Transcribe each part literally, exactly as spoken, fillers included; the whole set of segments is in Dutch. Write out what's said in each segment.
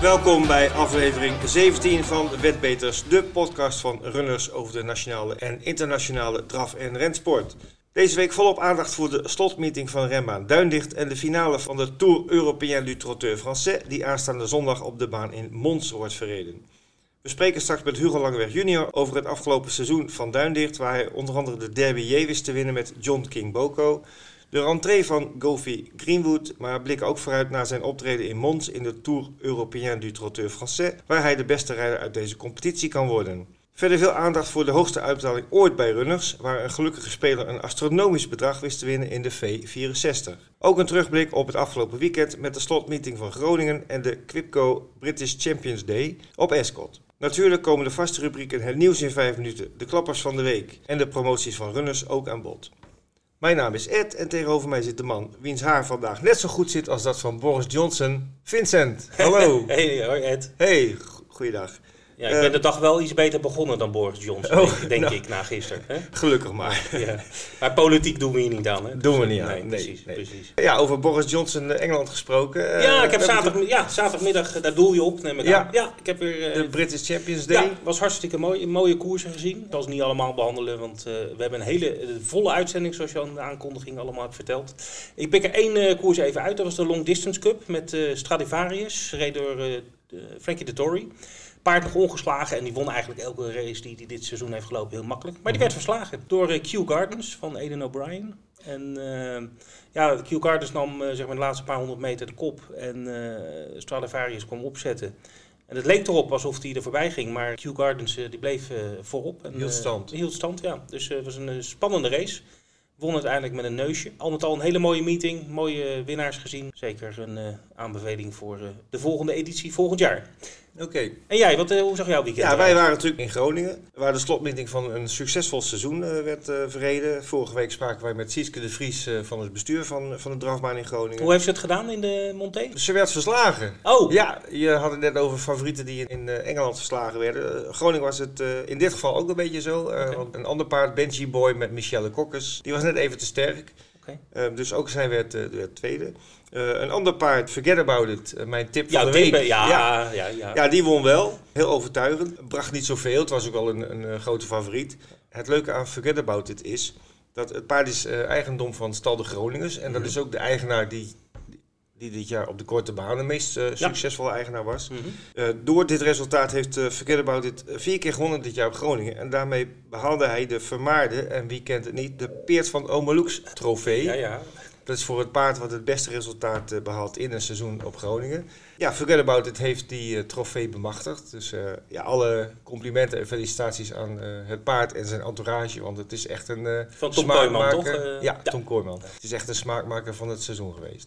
Welkom bij aflevering zeventien van Wetbeters, de podcast van runners over de nationale en internationale draf- en rensport. Deze week volop aandacht voor de slotmeeting van renbaan Duindigt en de finale van de Tour Européen du Trotteur Français, die aanstaande zondag op de baan in Mons wordt verreden. We spreken straks met Hugo Langeweg junior over het afgelopen seizoen van Duindigt, waar hij onder andere de Derby J wist te winnen met John King Boko. De rentree van Goffey Greenwood, maar blikken ook vooruit naar zijn optreden in Mons in de Tour Européen du Trotteur Français, waar hij de beste rijder uit deze competitie kan worden. Verder veel aandacht voor de hoogste uitbetaling ooit bij runners, waar een gelukkige speler een astronomisch bedrag wist te winnen in de V vierenzestig. Ook een terugblik op het afgelopen weekend met de slotmeeting van Groningen en de Quipco British Champions Day op Ascot. Natuurlijk komen de vaste rubrieken Het Nieuws in vijf minuten, de klappers van de week en de promoties van runners ook aan bod. Mijn naam is Ed en tegenover mij zit de man wiens haar vandaag net zo goed zit als dat van Boris Johnson, Vincent. Hallo. Hey, hoi Ed. Hey, go- goeiedag. Ja, ik ben uh, de dag wel iets beter begonnen dan Boris Johnson, oh, denk, denk nou, ik, na gisteren. Hè? Gelukkig maar. Ja. Maar politiek doen we hier niet aan, hè? Doen we niet aan. Nee, nee, precies, nee. precies. Ja, over Boris Johnson Engeland gesproken. Uh, Ja, ik heb we zaterdag, ja, zaterdagmiddag, daar doel je op, neem ik Ja. aan. Ja, ik heb weer... Uh, de British Champions Day. Ja, was hartstikke mooi. Mooie koersen gezien. Ik zal ze niet allemaal behandelen, want uh, we hebben een hele uh, volle uitzending, zoals je aan de aankondiging allemaal hebt verteld. Ik pik er één uh, koers even uit. Dat was de Long Distance Cup met uh, Stradivarius, gereden door uh, Frankie Dettori. Paard nog ongeslagen en die won eigenlijk elke race die hij dit seizoen heeft gelopen heel makkelijk. Maar die werd verslagen door uh, Kew Gardens van Aidan O'Brien. En uh, ja, Kew Gardens nam uh, zeg maar de laatste paar honderd meter de kop en uh, Stradivarius kwam opzetten. En het leek erop alsof hij er voorbij ging, maar Kew Gardens uh, die bleef uh, voorop. En, Hield stand. Uh, hield stand, ja. Dus het uh, was een uh, spannende race. Won uiteindelijk met een neusje. Al met al een hele mooie meeting, mooie winnaars gezien. Zeker een uh, aanbeveling voor uh, de volgende editie volgend jaar. Oké. Okay. En jij, wat, uh, hoe zag jouw weekend Ja, eruit? wij waren natuurlijk in Groningen, waar de slotmeeting van een succesvol seizoen uh, werd uh, verreden. Vorige week spraken wij met Sieske de Vries uh, van het bestuur van, van de drafbaan in Groningen. Hoe heeft ze het gedaan in de Monté? Ze werd verslagen. Oh! Ja, je had het net over favorieten die in uh, Engeland verslagen werden. Uh, Groningen was het uh, in dit geval ook een beetje zo. Uh, Okay. Want een ander paard, Benji Boy met Michelle Kokkes, die was net even te sterk. Okay. Uh, dus ook zij werd, uh, werd tweede. Uh, een ander paard, Forget About It, uh, mijn tip Ja, van de tip, week. ja, ja. ja, ja. Ja, die won wel. Heel overtuigend. Bracht niet zoveel. Het was ook wel een, een, een grote favoriet. Het leuke aan Forget About It is dat het paard is uh, eigendom van Stal de Groningers. En dat Mm-hmm. is ook de eigenaar die, die dit jaar op de korte baan de meest uh, succesvolle ja. eigenaar was. Mm-hmm. Uh, door dit resultaat heeft uh, Forget About It vier keer gewonnen dit jaar op Groningen. En daarmee behaalde hij de vermaarde, en wie kent het niet, de Peert van Omeloeks trofee. Ja, ja. Dat is voor het paard wat het beste resultaat uh, behaalt in een seizoen op Groningen. Ja, Forget About It heeft die uh, trofee bemachtigd. Dus uh, ja, alle complimenten en felicitaties aan uh, het paard en zijn entourage. Want het is echt een uh, van Tom Kooijman, toch? Uh, ja, ja, Tom Kooijman. Het is echt een smaakmaker van het seizoen geweest.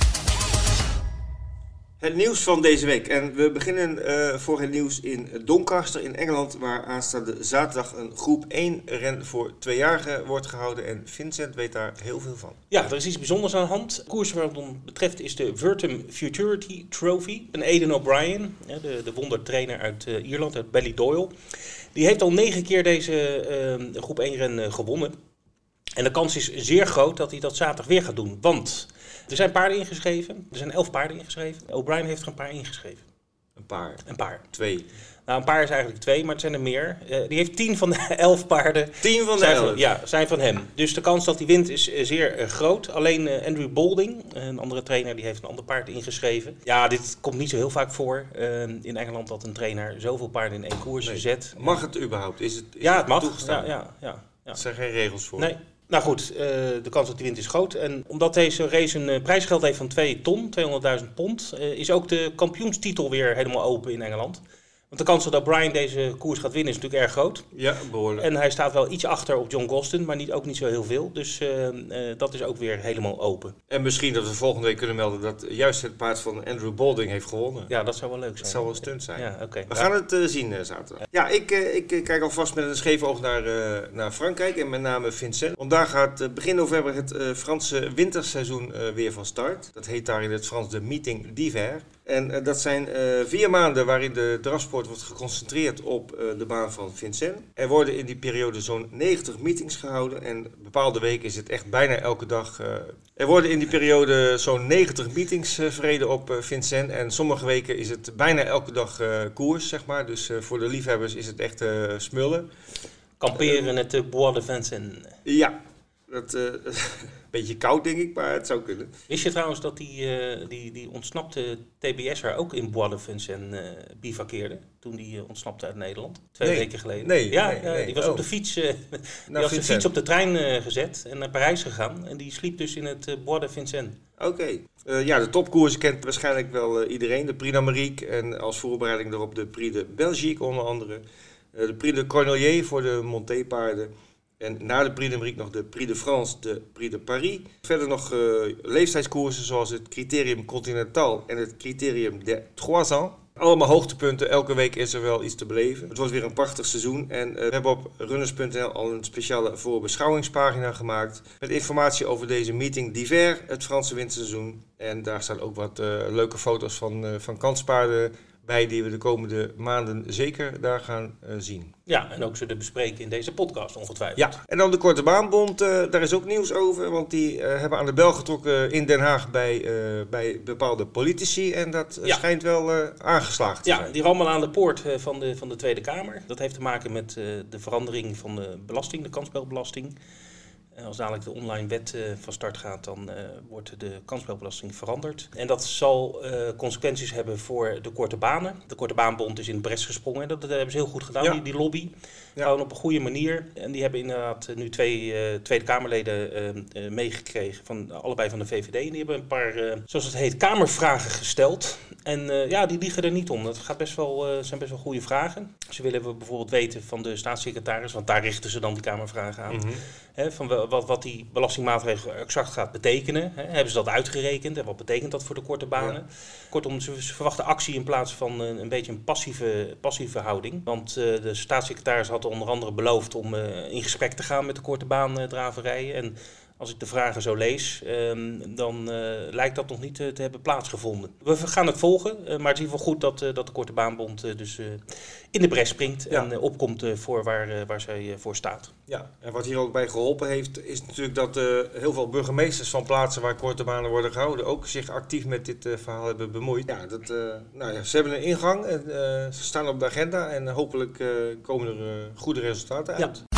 Het nieuws van deze week. En we beginnen uh, voor het nieuws in Doncaster in Engeland, waar aanstaande zaterdag een groep één ren voor tweejarigen wordt gehouden. En Vincent weet daar heel veel van. Ja, er is iets bijzonders aan de hand. De koers waar het om betreft is de Vertum Futurity Trophy. Een Aidan O'Brien, de, de wondertrainer uit uh, Ierland, uit Ballydoyle. Die heeft al negen keer deze uh, groep één ren uh, gewonnen. En de kans is zeer groot dat hij dat zaterdag weer gaat doen. Want er zijn paarden ingeschreven. Er zijn elf paarden ingeschreven. O'Brien heeft er een paar ingeschreven. Een paar? Een paar. Twee. Nou, een paar is eigenlijk twee, maar het zijn er meer. Uh, die heeft tien van de elf paarden. Tien van de zijn elf? Van, ja, zijn van hem. Dus de kans dat hij wint is uh, zeer uh, groot. Alleen uh, Andrew Balding, een andere trainer, die heeft een ander paard ingeschreven. Ja, dit komt niet zo heel vaak voor uh, in Engeland dat een trainer zoveel paarden in één koers nee. zet. Mag het überhaupt? Is het, is ja, het, het mag. toegestaan? Ja, ja, ja, ja. Er zijn geen regels voor. Nee. Nou goed, uh, de kans dat hij wint is groot. En omdat deze race een uh, prijsgeld heeft van twee ton, tweehonderdduizend pond, uh, is ook de kampioenstitel weer helemaal open in Engeland. Want de kans dat O'Brien deze koers gaat winnen is natuurlijk erg groot. Ja, behoorlijk. En hij staat wel iets achter op John Gosden, maar niet, ook niet zo heel veel. Dus uh, uh, dat is ook weer helemaal open. En misschien dat we volgende week kunnen melden dat juist het paard van Andrew Balding heeft gewonnen. Ja, dat zou wel leuk zijn. Dat zou wel een stunt zijn. Ja, okay. We ja. gaan het uh, zien uh, zaterdag. Ja, ik, uh, ik uh, kijk alvast met een scheef oog naar, uh, naar Frankrijk en met name Vincent. Want daar gaat uh, begin november het uh, Franse winterseizoen uh, weer van start. Dat heet daar in het Frans de Meeting d'hiver. En uh, dat zijn uh, vier maanden waarin de drafsport Rennsport wordt geconcentreerd op uh, de baan van Vincennes. Er worden in die periode zo'n negentig meetings gehouden en bepaalde weken is het echt bijna elke dag. Uh, er worden in die periode zo'n negentig meetings uh, verreden op uh, Vincennes en sommige weken is het bijna elke dag uh, koers, zeg maar. Dus uh, voor de liefhebbers is het echt uh, smullen. Kamperen in het uh, Bois de Vincennes. Ja, dat uh, een beetje koud denk ik, maar het zou kunnen. Wist je trouwens dat die, uh, die, die ontsnapte T B S'er ook in Bois de Vincennes uh, bivakkeerde? Toen die uh, ontsnapte uit Nederland, twee nee. weken geleden. Nee, ja, nee, ja, nee. die was oh. op de fiets, uh, die was de fiets op de trein uh, gezet en naar Parijs gegaan. En die sliep dus in het uh, Bois de Vincennes. Oké. Okay. Uh, ja, de topkoers kent waarschijnlijk wel uh, iedereen. De Prix d'Amérique en als voorbereiding daarop de Prix de Belgique onder andere. Uh, de Prix de Cornelier voor de montépaarden. En na de Prix d'Amérique nog de Prix de France, de Prix de Paris. Verder nog uh, leeftijdskoersen zoals het Criterium Continental en het Criterium des Trois Ans. Allemaal hoogtepunten, elke week is er wel iets te beleven. Het wordt weer een prachtig seizoen en uh, we hebben op runners punt n l al een speciale voorbeschouwingspagina gemaakt. Met informatie over deze meeting d'hiver, het Franse winterseizoen. En daar staan ook wat uh, leuke foto's van, uh, van kanspaarden bij die we de komende maanden zeker daar gaan uh, zien. Ja, en ook zullen bespreken in deze podcast ongetwijfeld. Ja, en dan de Korte Baanbond, uh, daar is ook nieuws over, want die uh, hebben aan de bel getrokken in Den Haag bij, uh, bij bepaalde politici en dat uh, ja. schijnt wel uh, aangeslagen te ja, zijn. Ja, die rammelen aan de poort uh, van, de, van de Tweede Kamer. Dat heeft te maken met uh, de verandering van de belasting, de kansspelbelasting. Als dadelijk de online wet uh, van start gaat, dan uh, wordt de kansspelbelasting veranderd. En dat zal uh, consequenties hebben voor de korte banen. De Korte Baanbond is in de bres gesprongen. Dat, dat hebben ze heel goed gedaan, ja. die, die lobby. Ja. Gewoon op een goede manier. En die hebben inderdaad nu twee uh, Tweede Kamerleden uh, uh, meegekregen, van, allebei van de V V D. En die hebben een paar, uh, zoals het heet, kamervragen gesteld. En uh, ja, die liegen er niet om. Dat gaat best wel, uh, zijn best wel goede vragen. Ze willen bijvoorbeeld weten van de staatssecretaris, want daar richten ze dan die kamervragen aan. Mm-hmm. He, van wat, wat die belastingmaatregel exact gaat betekenen. He, hebben ze dat uitgerekend en wat betekent dat voor de korte banen? Ja. Kortom, ze verwachten actie in plaats van een, een beetje een passieve, passieve houding. Want uh, de staatssecretaris had onder andere beloofd om uh, in gesprek te gaan met de korte baandraverijen. En als ik de vragen zo lees, um, dan uh, lijkt dat nog niet uh, te hebben plaatsgevonden. We gaan het volgen, uh, maar het is in ieder geval goed dat, uh, dat de Korte Baanbond uh, dus uh, in de bres springt ja. en uh, opkomt uh, voor waar, uh, waar zij uh, voor staat. Ja, en wat hier ook bij geholpen heeft, is natuurlijk dat uh, heel veel burgemeesters van plaatsen waar korte banen worden gehouden ook zich actief met dit uh, verhaal hebben bemoeid. Ja, dat, uh, nou ja, ze hebben een ingang, en, uh, ze staan op de agenda en uh, hopelijk uh, komen er uh, goede resultaten uit. Ja.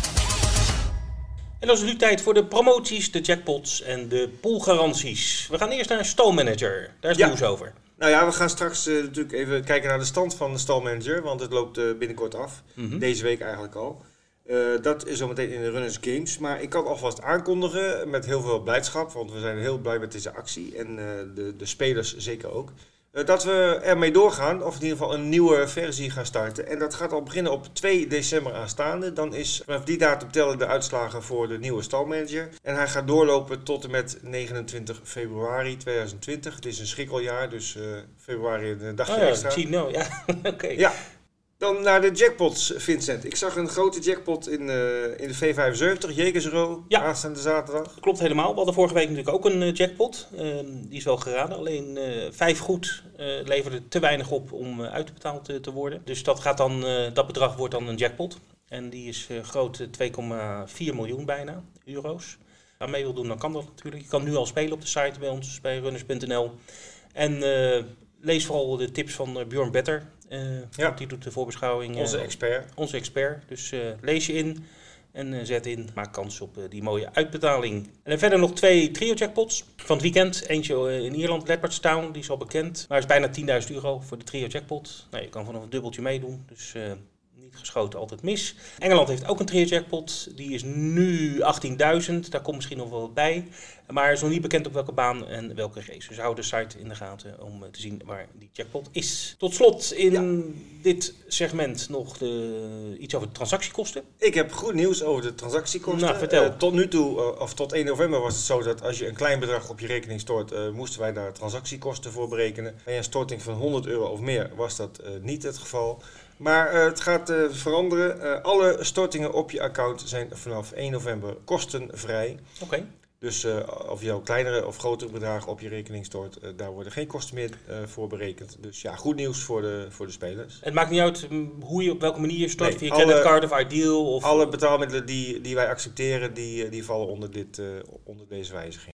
En dan is het nu tijd voor de promoties, de jackpots en de poolgaranties. We gaan eerst naar een stalmanager. Daar is het nieuws ja. over. Nou ja, we gaan straks uh, natuurlijk even kijken naar de stand van de stalmanager, want het loopt uh, binnenkort af. Mm-hmm. Deze week eigenlijk al. Uh, dat is zometeen in de Runners Games. Maar ik kan alvast aankondigen met heel veel blijdschap, want we zijn heel blij met deze actie. En uh, de, de spelers zeker ook. Dat we ermee doorgaan, of in ieder geval een nieuwe versie gaan starten. En dat gaat al beginnen op twee december aanstaande. Dan is vanaf die datum tellen de uitslagen voor de nieuwe stalmanager. En hij gaat doorlopen tot en met negenentwintig februari tweeduizend twintig. Het is een schrikkeljaar, dus uh, februari een dagje oh ja, extra. Zie nou, ja. Oké. Okay. Ja. Dan naar de jackpots, Vincent. Ik zag een grote jackpot in, uh, in de V vijfenzeventig, Jägersro, ja. aanstaande zaterdag. Klopt helemaal. We hadden vorige week natuurlijk ook een uh, jackpot. Uh, die is wel geraden. Alleen uh, vijf goed uh, leverde te weinig op om uh, uitbetaald uh, te worden. Dus dat, gaat dan, uh, dat bedrag wordt dan een jackpot. En die is uh, groot uh, twee komma vier miljoen bijna, euro's. Als je mee wil doen, dan kan dat natuurlijk. Je kan nu al spelen op de site bij ons, bij runners punt n l. En uh, lees vooral de tips van uh, Björn Better. Uh, ja. Die doet de voorbeschouwing. Onze uh, expert. Onze expert. Dus uh, lees je in en uh, zet in. Maak kans op uh, die mooie uitbetaling. En dan verder nog twee trio jackpots van het weekend. Eentje uh, in Ierland, Leopardstown. Die is al bekend. Maar is bijna tienduizend euro voor de trio jackpot. Nou, je kan vanaf een dubbeltje meedoen. Dus uh, niet geschoten, altijd mis. Engeland heeft ook een trio jackpot. Die is nu achttienduizend. Daar komt misschien nog wel wat bij. Maar is nog niet bekend op welke baan en welke race. Dus hou de site in de gaten om te zien waar die jackpot is. Tot slot in ja. dit segment nog de, iets over de transactiekosten. Ik heb goed nieuws over de transactiekosten. Nou, vertel. Uh, tot nu toe, uh, of tot één november was het zo dat als je een klein bedrag op je rekening stort, uh, moesten wij daar transactiekosten voor berekenen. Bij een storting van honderd euro of meer was dat uh, niet het geval. Maar uh, het gaat uh, veranderen. Uh, alle stortingen op je account zijn vanaf één november kostenvrij. Oké. Okay. Dus uh, of je nou kleinere of grotere bedragen op je rekening stort, uh, daar worden geen kosten meer uh, voor berekend. Dus ja, goed nieuws voor de, voor de spelers. Het maakt niet uit hoe je op welke manier je stort, nee, via alle, creditcard of Ideal? Of... Alle betaalmiddelen die, die wij accepteren, die, die vallen onder, dit, uh, onder deze wijziging.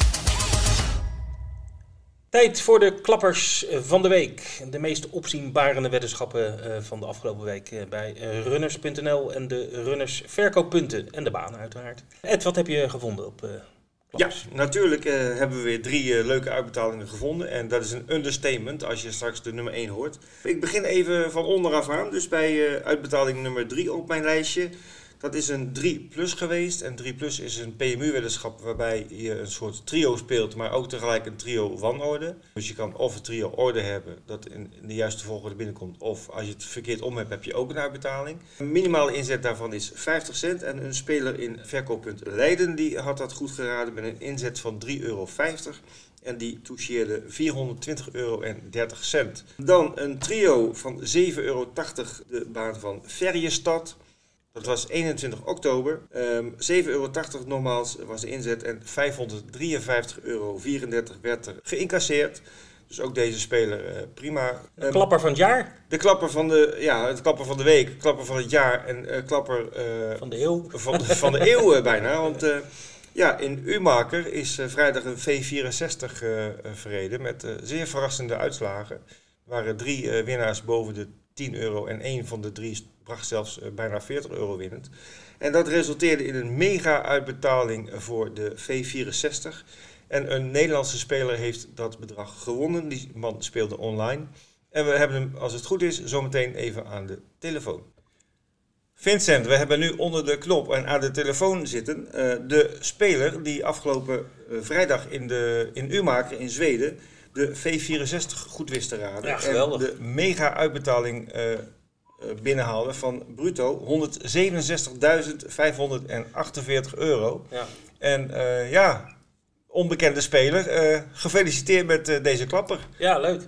Tijd voor de klappers van de week. De meest opzienbarende weddenschappen uh, van de afgelopen week uh, bij uh, runners punt n l en de runners verkooppunten en de banen uiteraard. Ed, wat heb je gevonden op uh, klappers? Ja, natuurlijk uh, hebben we weer drie uh, leuke uitbetalingen gevonden. En dat is een understatement als je straks de nummer één hoort. Ik begin even van onderaf aan. Dus bij uh, uitbetaling nummer drie op mijn lijstje. Dat is een drie plus geweest. En drie plus is een P M U-weddenschap waarbij je een soort trio speelt, maar ook tegelijk een trio wanorde. Dus je kan of een trio orde hebben dat in de juiste volgorde binnenkomt. Of als je het verkeerd om hebt, heb je ook een uitbetaling. De minimale inzet daarvan is vijftig cent. En een speler in verkooppunt Leiden die had dat goed geraden met een inzet van drie euro vijftig. En die toucheerde vierhonderdtwintig euro en dertig cent. Dan een trio van zeven euro tachtig, de baan van Ferjestad. Dat was eenentwintig oktober. Um, zeven euro tachtig nogmaals was de inzet en vijfhonderddrieënvijftig euro vierendertig werd er geïncasseerd. Dus ook deze speler uh, prima. De um, klapper van het jaar? De klapper van de, ja, het klapper van de week, klapper van het jaar en uh, klapper uh, van de eeuw. Van de, van de eeuw uh, bijna. Want uh, ja, in Umaker is uh, vrijdag een V vierenzestig uh, uh, verreden met uh, zeer verrassende uitslagen. Er waren drie uh, winnaars boven de tien euro en één van de drie bracht zelfs uh, bijna veertig euro winnend. En dat resulteerde in een mega uitbetaling voor de V vierenzestig. En een Nederlandse speler heeft dat bedrag gewonnen. Die man speelde online. En we hebben hem, als het goed is, zometeen even aan de telefoon. Vincent, we hebben nu onder de knop en aan de telefoon zitten uh, de speler die afgelopen uh, vrijdag in, de, in Umaker in Zweden de V vierenzestig goed wist te raden. Ja, geweldig. En de mega uitbetaling uh, uh, binnenhaalde van bruto honderdzevenenzestigduizend vijfhonderdachtenveertig euro. Ja. En uh, ja, onbekende speler, uh, gefeliciteerd met uh, deze klapper. Ja, leuk.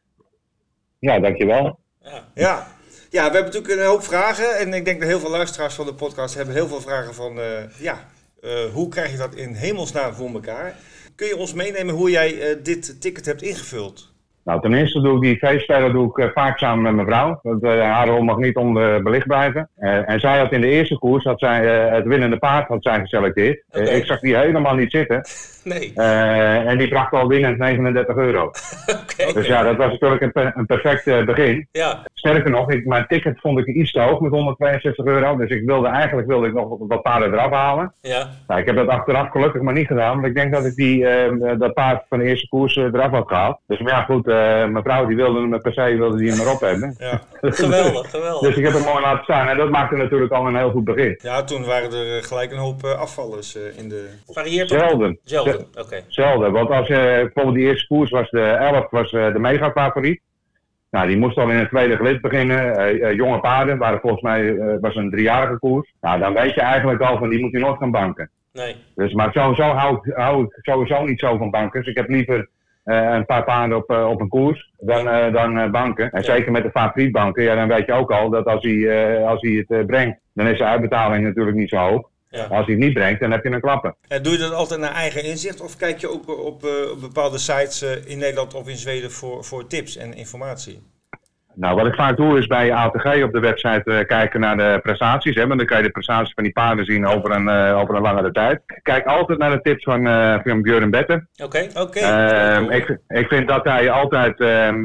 Ja, dankjewel. Ja. ja. Ja, we hebben natuurlijk een hoop vragen en ik denk dat heel veel luisteraars van de podcast hebben heel veel vragen van, uh, ja, uh, hoe krijg je dat in hemelsnaam voor elkaar? Kun je ons meenemen hoe jij uh, dit ticket hebt ingevuld? Nou, ten eerste doe ik die feestspelen doe ik uh, vaak samen met mijn vrouw. Want uh, haar rol mag niet onbelicht blijven. Uh, en zij had in de eerste koers had zij, uh, het winnende paard had zij geselecteerd. Okay. Uh, ik zag die helemaal niet zitten. Nee. Uh, en die bracht al winnend negenendertig euro. Okay. Dus ja, dat was natuurlijk een, per, een perfect uh, begin. Ja. Sterker nog, ik, mijn ticket vond ik iets te hoog met honderdtweeënzestig euro. Dus ik wilde eigenlijk wilde ik nog wat paarden eraf halen. Ja. Nou, ik heb dat achteraf gelukkig maar niet gedaan. Want ik denk dat ik die, uh, dat paard van de eerste koers uh, eraf had gehaald. Dus maar ja, goed. Uh, mijn vrouw die wilde hem per se wilde die hem erop hebben. Ja. Geweldig, geweldig. Dus ik heb hem mooi laten staan. En dat maakte natuurlijk al een heel goed begin. Ja, toen waren er gelijk een hoop uh, afvallers uh, in de... Varieert Zelden. Zelden, oké. Okay. Zelden. Want als uh, bijvoorbeeld die eerste koers was de elf was uh, de mega favoriet. Nou, die moest al in het tweede gelid beginnen. Uh, uh, jonge paarden, waren volgens mij uh, was een driejarige koers. Nou, dan weet je eigenlijk al van die moet je nooit gaan banken. Nee. Dus, maar sowieso hou, hou ik sowieso niet zo van banken. Dus ik heb liever uh, een paar paarden op, uh, op een koers dan, uh, dan uh, banken. En ja. Zeker met de favorietbanken, ja, dan weet je ook al dat als hij, uh, als hij het uh, brengt, dan is de uitbetaling natuurlijk niet zo hoog. Ja. Als hij het niet brengt, dan heb je een klapper. En doe je dat altijd naar eigen inzicht of kijk je ook op, uh, op bepaalde sites uh, in Nederland of in Zweden voor, voor tips en informatie? Nou, wat ik vaak doe is bij A T G op de website uh, kijken naar de prestaties. Hè, want dan kan je de prestaties van die paarden zien over een, uh, over een langere tijd. Kijk altijd naar de tips van, uh, van Björn Better. Oké, okay. oké. Okay. Uh, ik, ik vind dat hij altijd, uh, uh,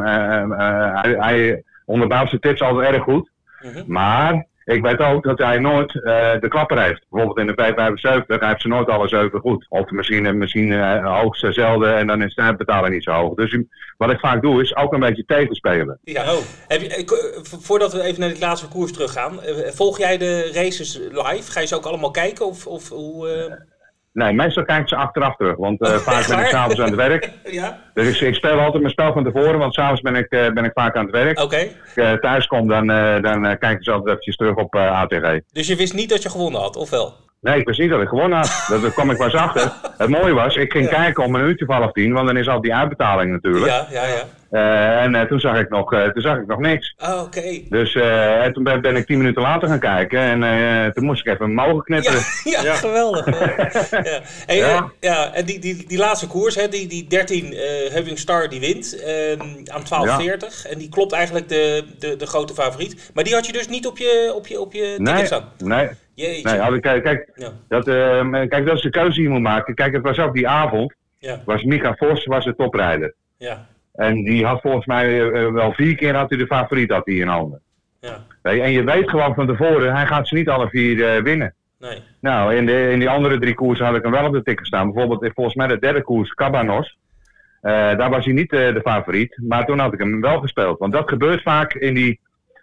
uh, hij, hij onderbouwt zijn tips altijd erg goed. Uh-huh. Maar ik weet ook dat hij nooit uh, de klapper heeft. Bijvoorbeeld in de V vijfenzeventig, hij heeft ze nooit alle zeven goed. Of misschien, misschien uh, hoogst zelden en dan is de uitbetaling niet zo hoog. Dus wat ik vaak doe is ook een beetje tegenspelen. Ja, oh. Heb je, voordat we even naar de laatste koers teruggaan, volg jij de races live? Ga je ze ook allemaal kijken of, of hoe... Uh... Nee, meestal kijk ik ze achteraf terug, want uh, vaak ben ik s'avonds aan het werk. Ja? Dus ik, ik speel altijd mijn spel van tevoren, want s'avonds ben ik, uh, ben ik vaak aan het werk. Oké. Okay. Als ik uh, thuis kom, dan, uh, dan uh, kijk ik dus altijd eventjes terug op uh, A T G. Dus je wist niet dat je gewonnen had, of wel? Nee, ik wist niet dat ik gewonnen had. Dat, daar kwam ik pas achter. Het mooie was, ik ging ja. kijken om een uurtje van half tien, want dan is al die uitbetaling natuurlijk. Ja, ja, ja. Uh, en uh, toen, zag ik nog, uh, toen zag ik nog niks. Oh, oké. Okay. Dus uh, toen ben, ben ik tien minuten later gaan kijken en uh, toen moest ik even mijn ogen knipperen. Ja, ja, ja. geweldig. ja. En, ja. ja, en die, die, die laatste koers, hè, die, die dertien uh, Having Star, die wint uh, aan twaalf veertig. Ja. En die klopt eigenlijk de, de, de grote favoriet. Maar die had je dus niet op je, op je, op je ticket nee, staan? Nee, nee. Nou, kijk, kijk, ja. dat, uh, kijk, dat is de keuze die je moet maken. Kijk, het was ook die avond, ja. was Micha Vos was de toprijder. Ja. En die had volgens mij uh, wel vier keer had hij de favoriet had hij in handen. Ja. En je weet gewoon van tevoren, hij gaat ze niet alle vier uh, winnen. Nee. Nou, in, de, in die andere drie koersen had ik hem wel op de ticket staan. Bijvoorbeeld volgens mij de derde koers, Cabanos. Uh, daar was hij niet uh, de favoriet. Maar toen had ik hem wel gespeeld. Want dat gebeurt vaak in die...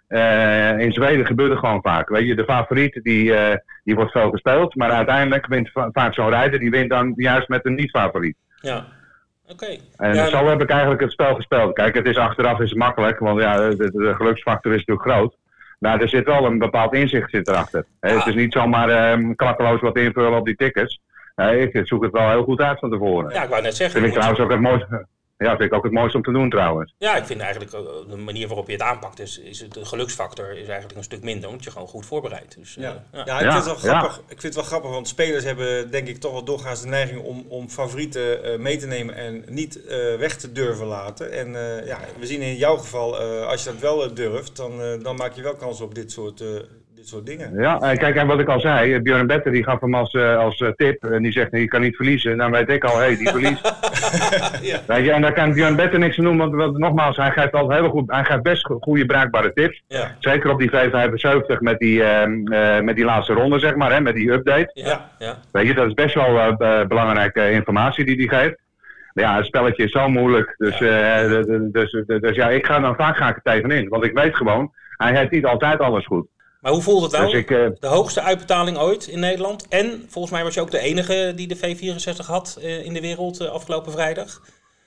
Uh, in Zweden gebeurt het gewoon vaak. Weet je, de favoriet die, uh, die wordt veel gespeeld. Maar uiteindelijk wint va- vaak zo'n rijder, die wint dan juist met een niet-favoriet. Ja. Okay. En ja, zo heb ik eigenlijk het spel gespeeld. Kijk, het is achteraf is het makkelijk, want ja, de, de geluksfactor is natuurlijk groot. Maar er zit wel een bepaald inzicht zit erachter. Ja. Het is niet zomaar um, klakkeloos wat invullen op die tickets. Nee, ik zoek het wel heel goed uit van tevoren. Ja, ik wou net zeggen. Vind ik trouwens ook het mooiste. Ja, vind ik ook het mooiste om te doen trouwens. Ja, ik vind eigenlijk de manier waarop je het aanpakt, is, is het, de geluksfactor is eigenlijk een stuk minder, omdat je gewoon goed voorbereidt. Dus, ja. Uh, ja. ja, ik vind het wel grappig. Ja. Ik vind het wel grappig, want spelers hebben denk ik toch wel doorgaans de neiging om, om favorieten uh, mee te nemen en niet uh, weg te durven laten. En uh, ja, we zien in jouw geval, uh, als je dat wel uh, durft, dan, uh, dan maak je wel kans op dit soort... Uh, dit soort dingen. Ja, en kijk, en wat ik al zei, Björn Better die gaf hem als, uh, als uh, tip en die zegt, nee, je kan niet verliezen. Dan weet ik al, hé, hey, die verliest. ja. Weet je, en daar kan Björn Better niks aan doen, want, want nogmaals, hij geeft altijd heel goed, hij geeft best goede bruikbare tips. Ja. Zeker op die vijfenzeventig met die, uh, uh, met die laatste ronde, zeg maar, hè, met die update. Ja. Ja. Weet je, dat is best wel uh, uh, belangrijke informatie die hij geeft. Ja, het spelletje is zo moeilijk, dus, ja. uh, dus, dus, dus, dus ja, ik ga dan vaak ga ik er tegenin, want ik weet gewoon, hij heeft niet altijd alles goed. Maar hoe voelt het nou? Dus ik, uh, de hoogste uitbetaling ooit in Nederland. En volgens mij was je ook de enige die de V vierenzestig had uh, in de wereld uh, afgelopen vrijdag.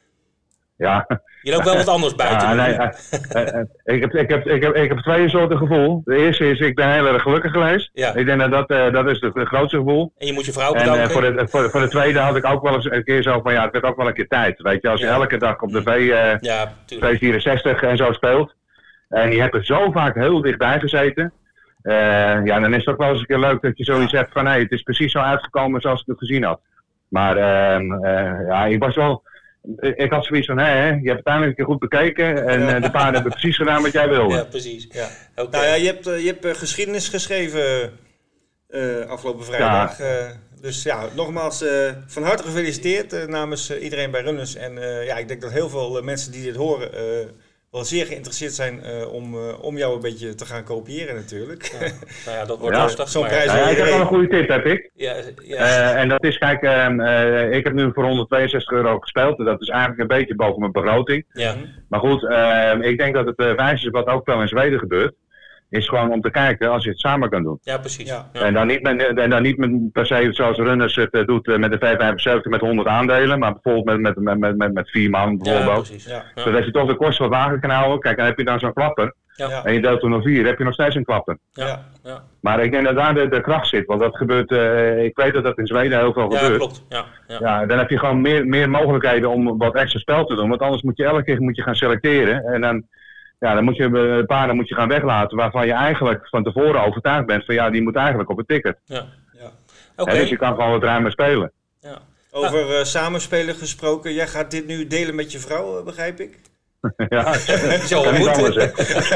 Ja. Je loopt wel wat anders buiten. Ja, nee, uh, uh, uh, ik, heb, ik, heb, ik, heb, ik heb twee soorten gevoel. De eerste is, ik ben heel erg gelukkig geweest. Ja. Ik denk dat dat, uh, dat is het grootste gevoel. En je moet je vrouw bedanken. En uh, voor, de, voor, voor de tweede had ik ook wel eens een keer zo van, ja, het werd ook wel een keer tijd. Weet je, als je ja. elke dag op de V, uh, ja, V vierenzestig en zo speelt. En je hebt er zo vaak heel dichtbij gezeten. Uh, ja, dan is het ook wel eens een keer leuk dat je zoiets hebt van, hé, hey, het is precies zo uitgekomen zoals ik het gezien had. Maar uh, uh, ja, ik was wel, ik had zoiets van, hé, hey, je hebt uiteindelijk een keer goed bekeken en uh, de paarden hebben precies gedaan wat jij wilde. Ja, precies. Ja. Okay. Nou ja, je hebt, uh, je hebt uh, geschiedenis geschreven uh, afgelopen vrijdag. Ja. Uh, dus ja, nogmaals, uh, van harte gefeliciteerd uh, namens uh, iedereen bij Runners. En uh, ja, ik denk dat heel veel uh, mensen die dit horen... Uh, wel zeer geïnteresseerd zijn uh, om, uh, om jou een beetje te gaan kopiëren natuurlijk. Ja. Nou ja, dat wordt ja. lastig. Zo'n prijs. Ja, ja, ik heb wel een goede tip, heb ik. Ja, ja. Uh, en dat is, kijk, uh, uh, ik heb nu voor honderdtweeënzestig euro gespeeld. Dat is eigenlijk een beetje boven mijn begroting. Ja. Maar goed, uh, ik denk dat het uh, wijs is wat ook wel in Zweden gebeurt. Is gewoon om te kijken als je het samen kan doen. Ja, precies. Ja. Ja. En dan niet, met, en dan niet met, per se zoals Runners het uh, doet uh, met de vijfenvijftig met honderd aandelen. Maar bijvoorbeeld met, met, met, met, met vier man bijvoorbeeld. Ja, precies. Ja. Ja. Zodat je toch de kosten wat lager kan houden. Kijk, dan heb je dan zo'n klapper. Ja. En je deelt er nog vier, heb je nog steeds een klapper. Ja. Ja. Maar ik denk dat daar de, de kracht zit. Want dat gebeurt, uh, ik weet dat dat in Zweden heel veel ja, gebeurt. Klopt. Ja, ja. Ja, dan heb je gewoon meer, meer mogelijkheden om wat extra spel te doen. Want anders moet je elke keer moet je gaan selecteren. En dan... Ja, dan moet je een paar dan moet je gaan weglaten waarvan je eigenlijk van tevoren overtuigd bent van ja, die moet eigenlijk op het ticket. Ja. Ja. Okay. En dus je kan gewoon wat ruimer spelen. Ja. Over uh, samenspelen gesproken, jij gaat dit nu delen met je vrouw, uh, begrijp ik? Ja, zo kan niet anders, hè.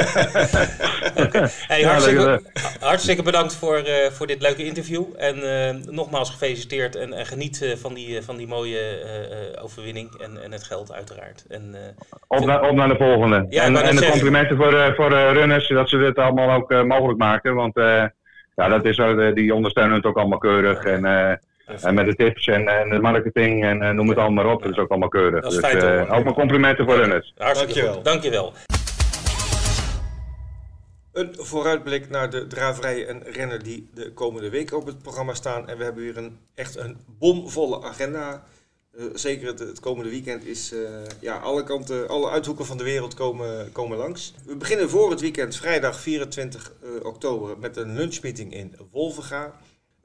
Okay. Hey, hartstikke, hartstikke bedankt voor, uh, voor dit leuke interview. En uh, nogmaals gefeliciteerd en, en geniet uh, van, die, uh, van die mooie uh, overwinning en, en het geld uiteraard. En, uh, op, na, op naar de volgende. Ja, en en de complimenten voor, uh, voor uh, Runners dat ze dit allemaal ook uh, mogelijk maken. Want uh, ja, dat is, uh, die ondersteunen het ook allemaal keurig. En, uh, En met de tips en, en de marketing en uh, noem het allemaal maar op. Dat is ook allemaal keurig. Dat is dus fijn te uh, ook mijn complimenten voor Runners. Hartstikke goed. Dankjewel. Een vooruitblik naar de draverijen en rennen die de komende weken op het programma staan. En we hebben weer een, echt een bomvolle agenda. Uh, zeker het, het komende weekend is uh, ja, alle kanten, alle uithoeken van de wereld komen, komen langs. We beginnen voor het weekend vrijdag vierentwintig oktober met een lunchmeeting in Wolvenga.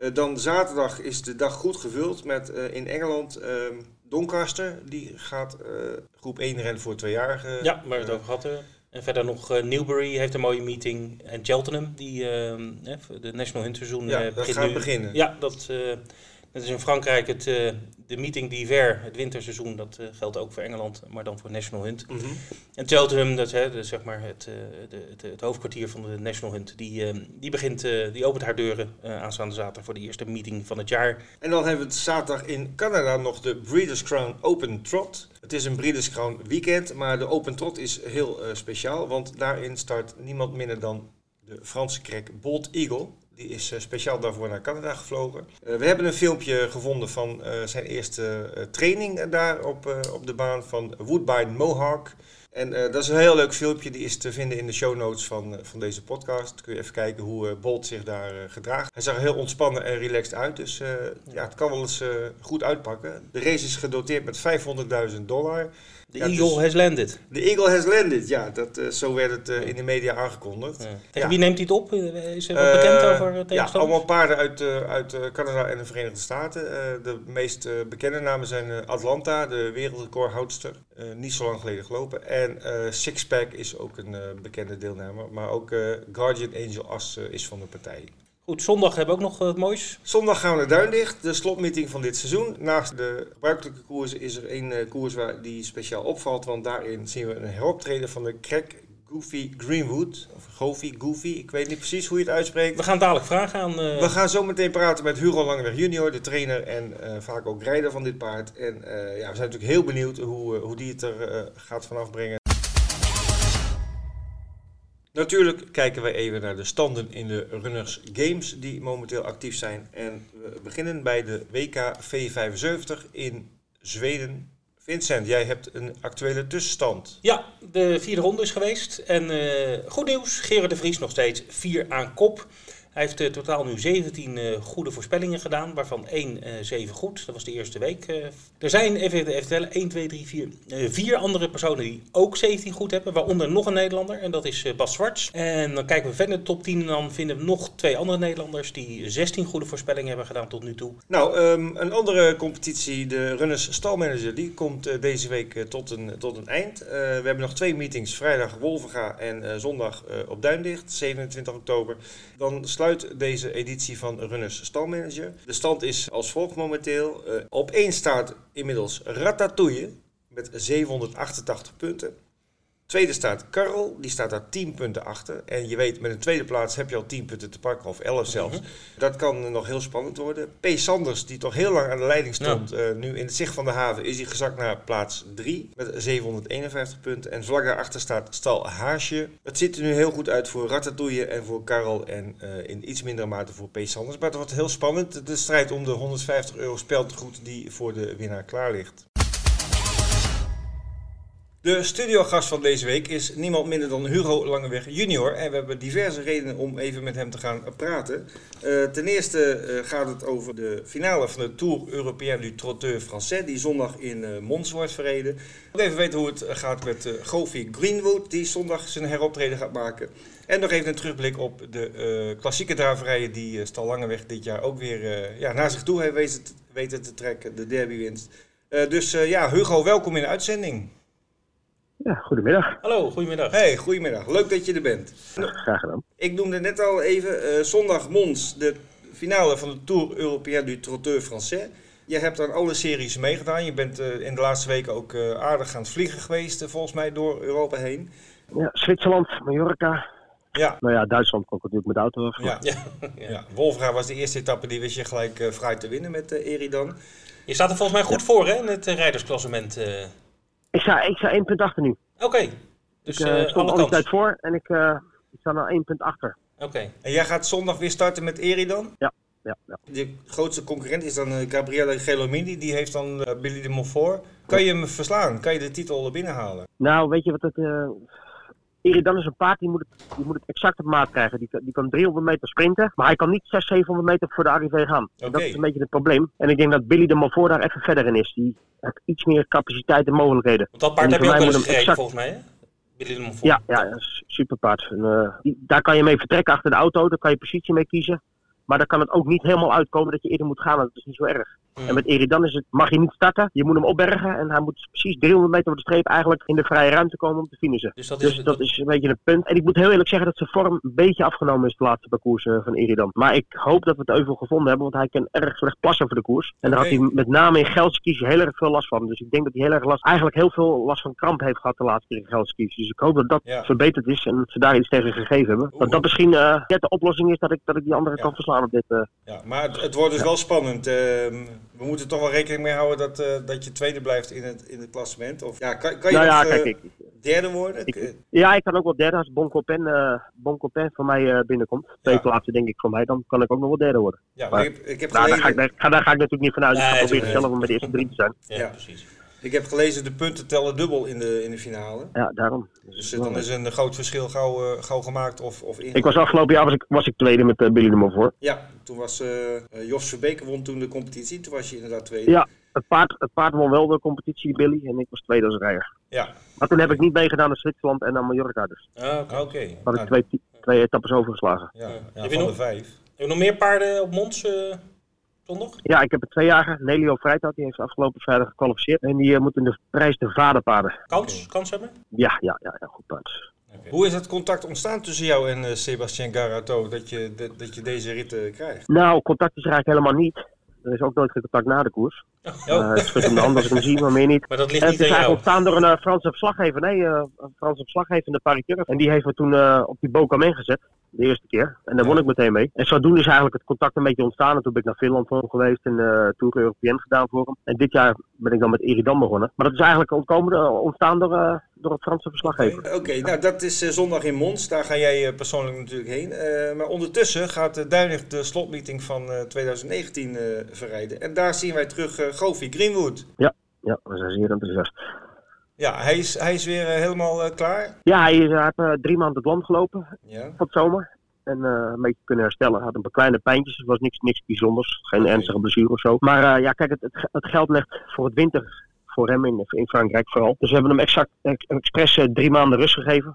Uh, dan zaterdag is de dag goed gevuld met uh, in Engeland uh, Doncaster. Die gaat uh, groep één rennen voor tweejarigen. Ja, waar we het over hadden. En verder nog uh, Newbury heeft een mooie meeting. En Cheltenham, die uh, de National Hunt seizoen ja, uh, dat gaat nu beginnen. Ja, dat, uh, dat is in Frankrijk het, uh, de meeting d'hiver, het winterseizoen. Dat uh, geldt ook voor Engeland, maar dan voor National Hunt. Mm-hmm. En Cheltenham, dat is hè, de, zeg maar het, uh, de, het, het hoofdkwartier van de National Hunt. Die, uh, die, begint, uh, die opent haar deuren uh, aanstaande zaterdag voor de eerste meeting van het jaar. En dan hebben we het zaterdag in Canada nog de Breeders' Crown Open Trot. Het is een Breeders' Crown weekend, maar de Open Trot is heel uh, speciaal. Want daarin start niemand minder dan de Franse krek Bold Eagle. Die is uh, speciaal daarvoor naar Canada gevlogen. Uh, we hebben een filmpje gevonden van uh, zijn eerste uh, training daar op, uh, op de baan van Woodbine Mohawk. En uh, dat is een heel leuk filmpje, die is te vinden in de show notes van, uh, van deze podcast. Kun je even kijken hoe uh, Bolt zich daar uh, gedraagt. Hij zag er heel ontspannen en relaxed uit, dus uh, ja, het kan wel eens uh, goed uitpakken. De race is gedoteerd met vijfhonderdduizend dollar. De ja, Eagle dus, has landed. De Eagle has landed, ja, dat, uh, zo werd het uh, in de media aangekondigd. Ja. Tegen ja. wie neemt hij het op? Is er wat bekend uh, over tegenstanders? Ja, allemaal paarden uit, uh, uit uh, Canada en de Verenigde Staten. Uh, de meest uh, bekende namen zijn uh, Atlanta, de wereldrecordhoudster. Uh, niet zo lang geleden gelopen. En uh, Sixpack is ook een uh, bekende deelnemer. Maar ook uh, Guardian Angel As uh, is van de partij. Goed, zondag hebben we ook nog wat moois. Zondag gaan we naar Duindicht, de slotmeeting van dit seizoen. Naast de gebruikelijke koersen is er één uh, koers waar die speciaal opvalt. Want daarin zien we een heroptreden van de krek Goofy Greenwood. Of Goofy, Goofy, ik weet niet precies hoe je het uitspreekt. We gaan dadelijk vragen aan... Uh... We gaan zo meteen praten met Hugo Langeweg junior, de trainer en uh, vaak ook rijder van dit paard. En uh, ja, we zijn natuurlijk heel benieuwd hoe, uh, hoe die het er uh, gaat vanaf brengen. Natuurlijk kijken wij even naar de standen in de Runners Games die momenteel actief zijn. En we beginnen bij de W K V vijfenzeventig in Zweden. Vincent, jij hebt een actuele tussenstand. Ja, de vierde ronde is geweest. En uh, goed nieuws, Gerard de Vries nog steeds vier aan kop. Hij heeft uh, totaal nu zeventien uh, goede voorspellingen gedaan, waarvan één uh, zeven goed. Dat was de eerste week. Uh, er zijn, even, even tellen, één, twee, drie, vier, uh, vier andere personen die ook zeventien goed hebben. Waaronder nog een Nederlander en dat is uh, Bas Zwarts. En dan kijken we verder naar de top tien en dan vinden we nog twee andere Nederlanders die zestien goede voorspellingen hebben gedaan tot nu toe. Nou, um, een andere competitie, de Runners Stalmanager, die komt uh, deze week uh, tot, een, tot een eind. Uh, we hebben nog twee meetings, vrijdag Wolvenga en uh, zondag uh, op Duindicht, zevenentwintig oktober. Dan sluit deze editie van Runners Stalmanager. De stand is als volgt momenteel. Uh, op één staat inmiddels Ratatouille met zevenhonderdachtentachtig punten. Tweede staat Karel, die staat daar tien punten achter. En je weet, met een tweede plaats heb je al tien punten te pakken, of elf zelfs. Mm-hmm. Dat kan nog heel spannend worden. P. Sanders, die toch heel lang aan de leiding stond, ja. uh, nu in het zicht van de haven, is hij gezakt naar plaats drie met zevenhonderdeenenvijftig punten. En vlak daarachter staat Stal Haasje. Het ziet er nu heel goed uit voor Ratatouille en voor Karel en uh, in iets mindere mate voor P. Sanders. Maar het wordt heel spannend. De strijd om de honderdvijftig euro speltegoed die voor de winnaar klaar ligt. De studiogast van deze week is niemand minder dan Hugo Langeweg junior. En we hebben diverse redenen om even met hem te gaan praten. Uh, ten eerste uh, gaat het over de finale van de Tour Européen du Trotteur Français, die zondag in uh, Mons wordt verreden. Nog even weten hoe het gaat met uh, Goofy Greenwood, die zondag zijn heroptreden gaat maken. En nog even een terugblik op de uh, klassieke draverijen die uh, Stal Langeweg dit jaar ook weer uh, ja, naar zich toe heeft weten te, weten te trekken, de derbywinst. Uh, dus uh, ja, Hugo, welkom in de uitzending. Ja, goedemiddag. Hallo, goedemiddag. Hey, goedemiddag. Leuk dat je er bent. Graag gedaan. Ik noemde net al even, uh, zondag Mons, de finale van de Tour Européen du Trotteur Français. Je hebt aan alle series meegedaan. Je bent uh, in de laatste weken ook uh, aardig aan het vliegen geweest, uh, volgens mij, door Europa heen. Ja, Zwitserland, Mallorca. Ja. Nou ja, Duitsland kon ik natuurlijk met de auto over. Ja, ja. ja. ja. Wolfga was de eerste etappe, die wist je gelijk uh, vrij te winnen met uh, Eridan. Je staat er volgens mij goed ja. voor, hè, in het uh, rijdersklassement. Uh... Ik sta, ik sta één punt achter nu. Oké. Okay. Dus ik uh, stond al die tijd voor en ik, uh, ik sta nou één punt achter. Oké. Okay. En jij gaat zondag weer starten met Eridan? Ja. Ja, ja. De grootste concurrent is dan uh, Gabriele Gelomini, die heeft dan uh, Billy de Montfort. Kan je hem verslaan? Kan je de titel binnenhalen? Nou, weet je wat het... Uh... Eridan is een paard, die moet, het, die moet het exact op maat krijgen. Die, die kan driehonderd meter sprinten, maar hij kan niet zeshonderd, zevenhonderd meter voor de arrivé gaan. Okay. En dat is een beetje het probleem. En ik denk dat Billy de Montfort daar even verder in is. Die heeft iets meer capaciteit en mogelijkheden. Want dat paard heb je ook wel eens gereden, exact... volgens mij, hè? Billy de Montfort. Ja, ja, dat is een super paard. En, uh, die, daar kan je mee vertrekken achter de auto, daar kan je positie mee kiezen. Maar dan kan het ook niet helemaal uitkomen dat je eerder moet gaan. Dat is niet zo erg. Mm. En met Eridan is het, mag je niet starten. Je moet hem opbergen. En hij moet precies driehonderd meter over de streep eigenlijk in de vrije ruimte komen om te finishen. Dus dat is, dus dat is een beetje een punt. En ik moet heel eerlijk zeggen dat zijn vorm een beetje afgenomen is de laatste parcours uh, van Eridan. Maar ik hoop dat we het euvel gevonden hebben. Want hij kan erg slecht plassen voor de koers. En daar okay. had hij met name in Gelsenkirchen heel erg veel last van. Dus ik denk dat hij heel erg last, eigenlijk heel veel last van kramp heeft gehad de laatste keer in Gelsenkirchen. Dus ik hoop dat dat ja. verbeterd is en dat ze daar iets tegen gegeven hebben. Oeh. Dat dat misschien uh, net de oplossing is dat ik, dat ik die andere ja. kan verslaan op dit. Uh, ja, maar het, het wordt dus ja. wel spannend. Uh, we moeten toch wel rekening mee houden dat, uh, dat je tweede blijft in het, in het klassement. Of ja, kan, kan je nou nog ja, kijk, uh, ik, derde worden? Ik, ja, ik kan ook wel derde als Boncopen uh, Boncopen voor mij uh, binnenkomt. Twee ja. plaatsen denk ik voor mij, dan kan ik ook nog wel derde worden. Ja, maar, maar ik, ik heb nou, gelezen... daar, ga ik, daar, daar ga ik natuurlijk niet vanuit. Dus ik ga proberen zelf om met de eerste drie te zijn. Ja, ja, precies. Ik heb gelezen de punten tellen dubbel in de, in de finale. Ja, daarom. Dus uh, dan is een groot verschil gauw, uh, gauw gemaakt of, of ik was afgelopen jaar was ik, was ik tweede met uh, Billy de Montfort. Ja, toen was uh, uh, Jos Verbeke won toen de competitie. Toen was je inderdaad tweede. Ja, het paard, het paard won wel de competitie, Billy. En ik was tweede als rijder. Ja. Maar toen heb ik niet meegedaan naar Zwitserland en naar Mallorca dus. Ah, oké. Okay. Okay. Had ik twee, twee etappes overgeslagen. Ja, ja, van de vijf. Heb je nog meer paarden op Mons? Uh... Zondag? Ja, ik heb een tweejarige, Nelio Vrijthout, die heeft afgelopen vrijdag gekwalificeerd. En die uh, moet in de prijs de vaderpaarden. Kans? Okay. Kans hebben? Ja, ja, ja, ja goed paard. Okay. Hoe is het contact ontstaan tussen jou en uh, Sébastien Garato, dat je, de, dat je deze ritten krijgt? Nou, contact is er eigenlijk helemaal niet. Er is ook nooit geen contact na de koers. Oh. Uh, ik schud hem de hand als ik hem zie, maar meer niet. Maar dat ligt en niet het is aan jou? eigenlijk ontstaan door een uh, Franse verslaggever. Nee, uh, een Franse verslaggever in de Paris-Turf. En die heeft me toen uh, op die Bocamen gezet. De eerste keer. En daar ja. won ik meteen mee. En zodoende is eigenlijk het contact een beetje ontstaan. En toen ben ik naar Finland voor hem geweest. En uh, Tour Européen gedaan voor hem. En dit jaar ben ik dan met Eridan begonnen. Maar dat is eigenlijk ontkomen, ontstaan door, uh, door het Franse verslaggever. Oké, okay, okay. Nou dat is uh, zondag in Mons. Daar ga jij uh, persoonlijk natuurlijk heen. Uh, maar ondertussen gaat uh, Duinlicht de slotmeeting van uh, twintig negentien uh, verrijden. En daar zien wij terug uh, Goffie Greenwood. Ja, ja, we zijn zeer enthousiast. Ja, hij is, hij is weer uh, helemaal uh, klaar? Ja, hij, is, hij heeft uh, drie maanden het land gelopen ja. van het zomer. En uh, een beetje kunnen herstellen. Hij had een paar kleine pijntjes, het was niks, niks bijzonders. Geen okay. ernstige blessure of zo. Maar uh, ja, kijk, het, het, het geld legt voor het winter voor hem in, in Frankrijk vooral. Dus we hebben hem exact expres uh, drie maanden rust gegeven.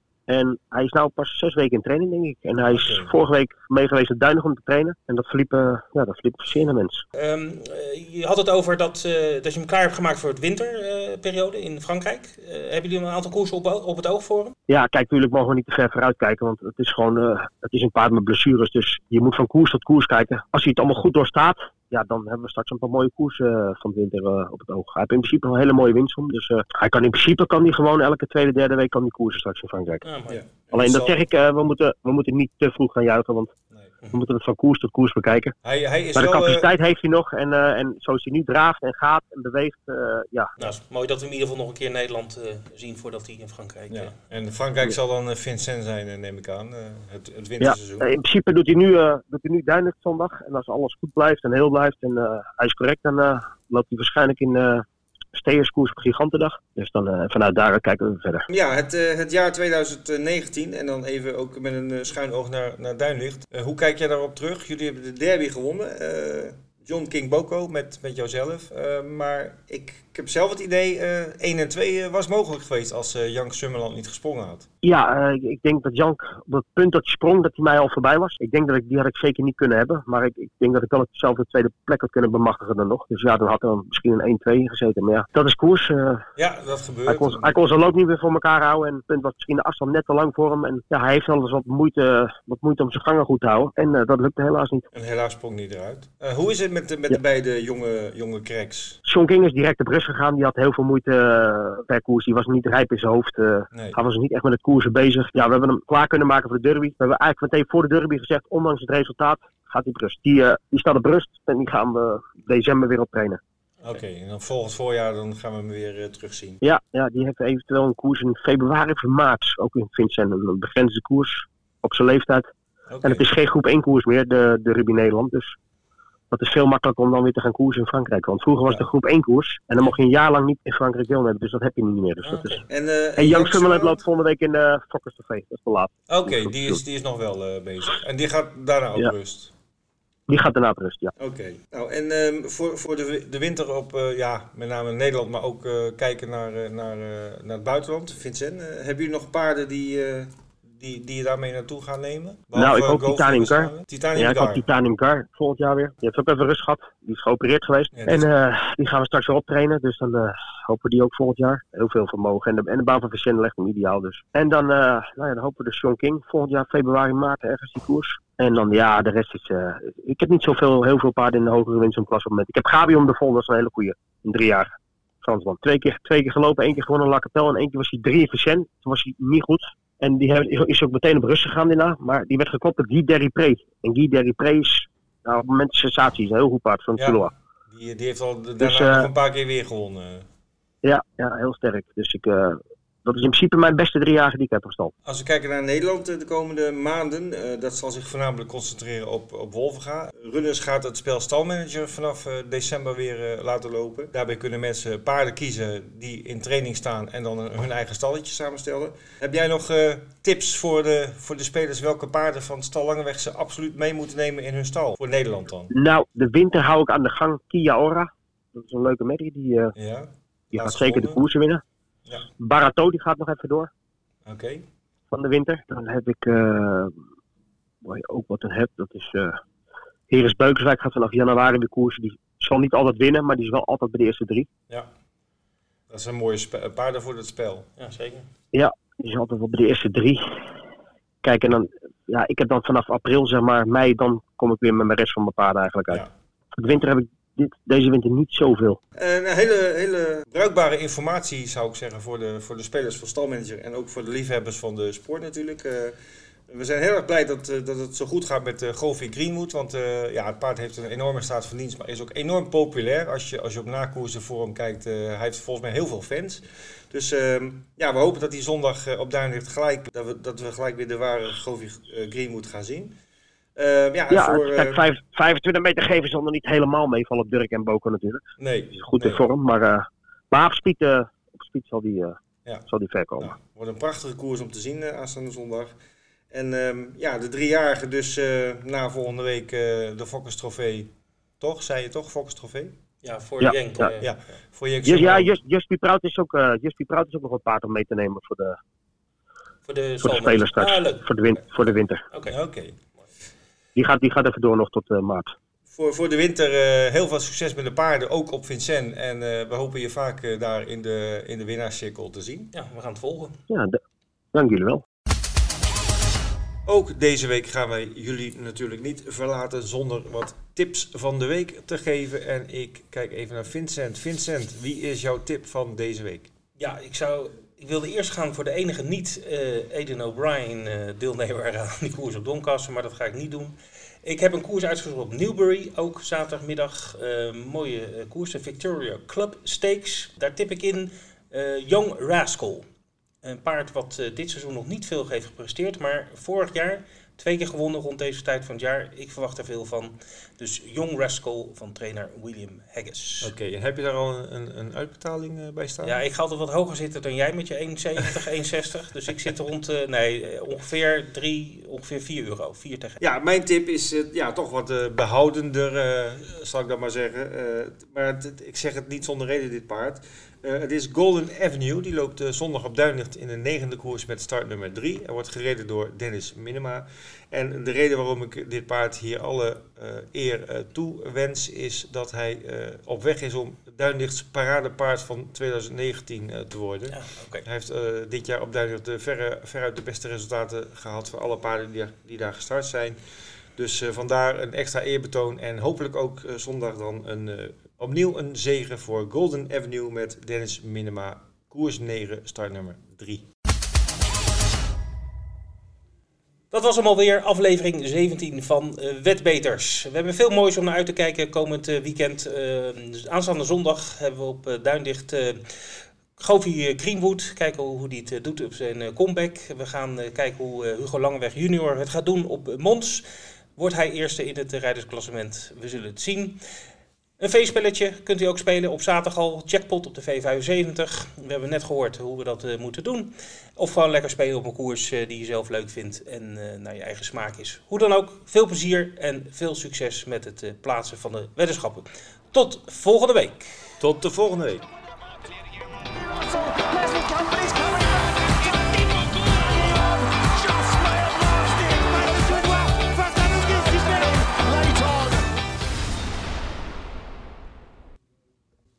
En hij is nu pas zes weken in training, denk ik. En hij is okay. vorige week meegeweest naar Duinig om te trainen. En dat verliep, uh, ja, dat verliep zeer naar mens. Um, uh, je had het over dat, uh, dat je hem klaar hebt gemaakt voor het winterperiode uh, in Frankrijk. Uh, hebben jullie een aantal koersen op, op het oog voor hem? Ja, kijk, natuurlijk mogen we niet te ver vooruit kijken. Want het is gewoon uh, het is een paard met blessures. Dus je moet van koers tot koers kijken. Als hij het allemaal goed doorstaat, ja, dan hebben we straks een paar mooie koersen uh, van de winter uh, op het oog. Hij heeft in principe een hele mooie winstsom. Dus uh, hij kan in principe kan hij gewoon elke tweede, derde week kan die koersen straks in Frankrijk. Ja, maar ja. Alleen dat zeg ik, uh, we, moeten, we moeten niet te vroeg gaan juichen, want nee. we moeten het van koers tot koers bekijken. Hij, hij is maar de wel, capaciteit uh... heeft hij nog en, uh, en zoals hij nu draaft en gaat en beweegt, uh, ja. Nou, het is mooi dat we in ieder geval nog een keer Nederland uh, zien voordat hij in Frankrijk... Ja. Uh... En Frankrijk ja. zal dan uh, Vincent zijn, neem ik aan, uh, het, het winterseizoen. Ja, in principe doet hij nu, uh, doet hij nu Duinlicht zondag en als alles goed blijft en heel blijft en uh, hij is correct, dan uh, loopt hij waarschijnlijk in... Uh, Steerskoers op Gigantendag. Dus dan uh, vanuit daar kijken we verder. Ja, het, uh, het jaar twintig negentien en dan even ook met een uh, schuin oog naar, naar Duinlicht. Uh, hoe kijk jij daarop terug? Jullie hebben de derby gewonnen. Uh, John King Boko met, met jouzelf. Uh, maar ik, ik heb zelf het idee, uh, één en twee uh, was mogelijk geweest als uh, Jank Summerland niet gesprongen had. Ja, uh, ik, ik denk dat Jank op het punt dat hij sprong, dat hij mij al voorbij was. Ik denk dat ik die had ik zeker niet kunnen hebben. Maar ik, ik denk dat ik wel hetzelfde tweede plek had kunnen bemachtigen dan nog. Dus ja, dan had er misschien een één twee gezeten. Maar ja, dat is koers. Uh, ja, dat gebeurt. Hij kon, hij kon zijn loop niet weer voor elkaar houden. En het punt was misschien de afstand net te lang voor hem. En ja, hij heeft wel eens wat moeite, wat moeite om zijn gangen goed te houden. En uh, dat lukte helaas niet. En helaas sprong niet eruit. Uh, hoe is het met, de, met ja. de beide jonge, jonge cracks? John King is direct op rust gegaan. Die had heel veel moeite uh, per koers. Die was niet rijp in zijn hoofd. Uh, nee. Hij was niet echt met het koersen bezig. Ja, we hebben hem klaar kunnen maken voor de derby. We hebben eigenlijk meteen voor de derby gezegd, ondanks het resultaat, gaat hij op rust. Die, uh, die staat op rust en die gaan we december weer op trainen. Oké, okay, en dan volgend voorjaar dan gaan we hem weer uh, terugzien. Ja, ja, die heeft eventueel een koers in februari of maart. Ook in Vincent, een begrensde koers op zijn leeftijd. Okay. En het is geen groep één koers meer, de, de Derby Nederland. Dus dat is veel makkelijker om dan weer te gaan koersen in Frankrijk. Want vroeger was ja. de groep één koers. En dan mocht je een jaar lang niet in Frankrijk deelnemen. Dus dat heb je niet meer. Dus ah, dat okay. is... En, uh, en Jank Summerland loopt volgende week in de uh, Fokkers Café. Dat is te laat. Oké, okay, die, is, die is nog wel uh, bezig. En die gaat daarna ook ja. rust? Die gaat daarna op rust, ja. Oké. Okay. Nou, en um, voor, voor de, de winter op, uh, ja, met name Nederland, maar ook uh, kijken naar, uh, naar, uh, naar het buitenland. Vincent, uh, hebben jullie nog paarden die, uh, die, die je daarmee naartoe gaat nemen? Behalve nou, ik hoop Titanium Car. Titanium ja, Car. ik hoop Titanium Car volgend jaar weer. Die heeft ook even rust gehad. Die is geopereerd geweest. Ja, en uh, die gaan we straks weer optrainen. Dus dan uh, hopen we die ook volgend jaar. Heel veel vermogen. En de, en de baan van Vicente ligt hem ideaal dus. En dan, uh, nou ja, dan hopen we de Sean King volgend jaar februari, maart ergens die koers. En dan, ja, de rest is... Uh, ik heb niet zoveel, heel veel paarden in de hogere winst op klasse. Ik heb Gabion de Vol, dat is een hele goeie. In drie jaar. Fransman. Twee keer, twee keer gelopen, één keer gewonnen La Capelle. En één keer was hij drie in Vicente. Toen was hij niet goed. En die is ook meteen op rust gegaan daarna. Maar die werd geklopt door Guy Derripré. En Guy Derripré is nou, op het moment een sensatie. Is een heel goed paard van het ja, die, die heeft al daarna dus, uh, nog een paar keer weer gewonnen. Ja, ja heel sterk. Dus ik... Uh, Dat is in principe mijn beste drie jaar die ik heb gestald. Als we kijken naar Nederland de komende maanden, uh, dat zal zich voornamelijk concentreren op, op Wolvenga. Runners gaat het spel Stalmanager vanaf uh, december weer uh, laten lopen. Daarbij kunnen mensen paarden kiezen die in training staan en dan hun eigen stalletje samenstellen. Heb jij nog uh, tips voor de, voor de spelers welke paarden van Stal Langeweg ze absoluut mee moeten nemen in hun stal? Voor Nederland dan? Nou, de winter hou ik aan de gang Kia Ora. Dat is een leuke merrie. Die, uh, ja, die gaat zeker de koersen winnen. Ja. Barato die gaat nog even door. Oké. Okay. Van de winter. Dan heb ik, uh, waar je ook wat in hebt, dat is uh, Heres Beukenswijk gaat vanaf januari weer koersen. Die zal niet altijd winnen, maar die is wel altijd bij de eerste drie. Ja, dat zijn mooie spe- paarden voor het spel. Ja, zeker. Ja, die is altijd wel bij de eerste drie. Kijk, en dan, ja, ik heb dan vanaf april, zeg maar, mei, dan kom ik weer met mijn rest van mijn paarden eigenlijk uit. Ja. Voor de winter heb ik Dit, deze winter niet zoveel. Een hele, hele bruikbare informatie zou ik zeggen voor de, voor de spelers van Stalmanager en ook voor de liefhebbers van de sport natuurlijk. Uh, we zijn heel erg blij dat, uh, dat het zo goed gaat met uh, Govi Greenwood, want uh, ja, het paard heeft een enorme staat van dienst, maar is ook enorm populair. Als je, als je op nakoersen voor hem kijkt, uh, hij heeft volgens mij heel veel fans. Dus uh, ja, we hopen dat hij zondag uh, op Duinlicht gelijk, dat we, dat we gelijk weer de ware Govi uh, Greenwood gaan zien. Uh, ja, ja voor, kijk, uh, vijf, vijfentwintig meter geven zal er niet helemaal meevallen op Dirk en Boko natuurlijk. Nee. Is goed nee. in vorm, maar, uh, maar op speed, uh, op speed zal die, uh, ja. zal die ver komen. Nou, wordt een prachtige koers om te zien uh, aanstaande zondag. En um, ja, de driejarige dus uh, na volgende week uh, de Fokkers Trofee. Toch? Zei je toch? Fokkers Trofee? Ja, voor ja, Jenk. Ja, uh, ja. voor Jenk. Just, ja, Just, Just Proud is ook, uh, Just Proud is ook nog een paard om mee te nemen voor de, voor de, voor de spelers straks. Ah, leuk. Voor de, win- voor de winter. Oké. Okay. Okay. Die gaat, die gaat even door nog tot uh, maart. Voor, voor de winter uh, heel veel succes met de paarden, ook op Vincennes. En uh, we hopen je vaak uh, daar in de, in de winnaarscirkel te zien. Ja, we gaan het volgen. Ja, d- dank jullie wel. Ook deze week gaan wij jullie natuurlijk niet verlaten zonder wat tips van de week te geven. En ik kijk even naar Vincent. Vincent, wie is jouw tip van deze week? Ja, ik zou... Ik wilde eerst gaan voor de enige niet uh, Aidan O'Brien uh, deelnemer aan die koers op Doncaster, maar dat ga ik niet doen. Ik heb een koers uitgezocht op Newbury, ook zaterdagmiddag. Uh, mooie uh, koers, de Victoria Club Stakes. Daar tip ik in uh, Young Rascal. Een paard wat uh, dit seizoen nog niet veel heeft gepresteerd, maar vorig jaar twee keer gewonnen rond deze tijd van het jaar. Ik verwacht er veel van. Dus Young Rascal van trainer William Haggis. Oké, okay, en heb je daar al een, een, een uitbetaling uh, bij staan? Ja, ik ga altijd wat hoger zitten dan jij met je één zeventig, één zestig. Dus ik zit rond, uh, nee, ongeveer drie, ongeveer vier euro. vier tegen. Ja, mijn tip is uh, ja, toch wat uh, behoudender, uh, zal ik dat maar zeggen. Uh, maar het, ik zeg het niet zonder reden, dit paard. Uh, het is Golden Avenue, die loopt uh, zondag op Duinlicht in de negende koers met start nummer drie. Hij wordt gereden door Dennis Minima. En de reden waarom ik dit paard hier alle uh, eer uh, toewens is dat hij uh, op weg is om Duinlichts paradepaard van twintig negentien uh, te worden. Ja, okay. Hij heeft uh, dit jaar op Duinlicht uh, verre, veruit de beste resultaten gehad van alle paarden die, die daar gestart zijn. Dus uh, vandaar een extra eerbetoon en hopelijk ook uh, zondag dan een, uh, opnieuw een zege voor Golden Avenue met Dennis Minima, koers negen, start nummer drie. Dat was hem alweer, aflevering zeventien van uh, Wetbeters. We hebben veel moois om naar uit te kijken komend uh, weekend. Uh, aanstaande zondag hebben we op uh, Duinlicht uh, Govi Greenwood. Kijken hoe hij het uh, doet op zijn uh, comeback. We gaan uh, kijken hoe uh, Hugo Langeweg junior het gaat doen op uh, Mons. Wordt hij eerste in het uh, rijdersklassement? We zullen het zien. Een veespelletje kunt u ook spelen op zaterdag al. Jackpot op de V vijfenzeventig. We hebben net gehoord hoe we dat uh, moeten doen. Of gewoon lekker spelen op een koers uh, die je zelf leuk vindt en uh, naar je eigen smaak is. Hoe dan ook, veel plezier en veel succes met het uh, plaatsen van de weddenschappen. Tot volgende week. Tot de volgende week.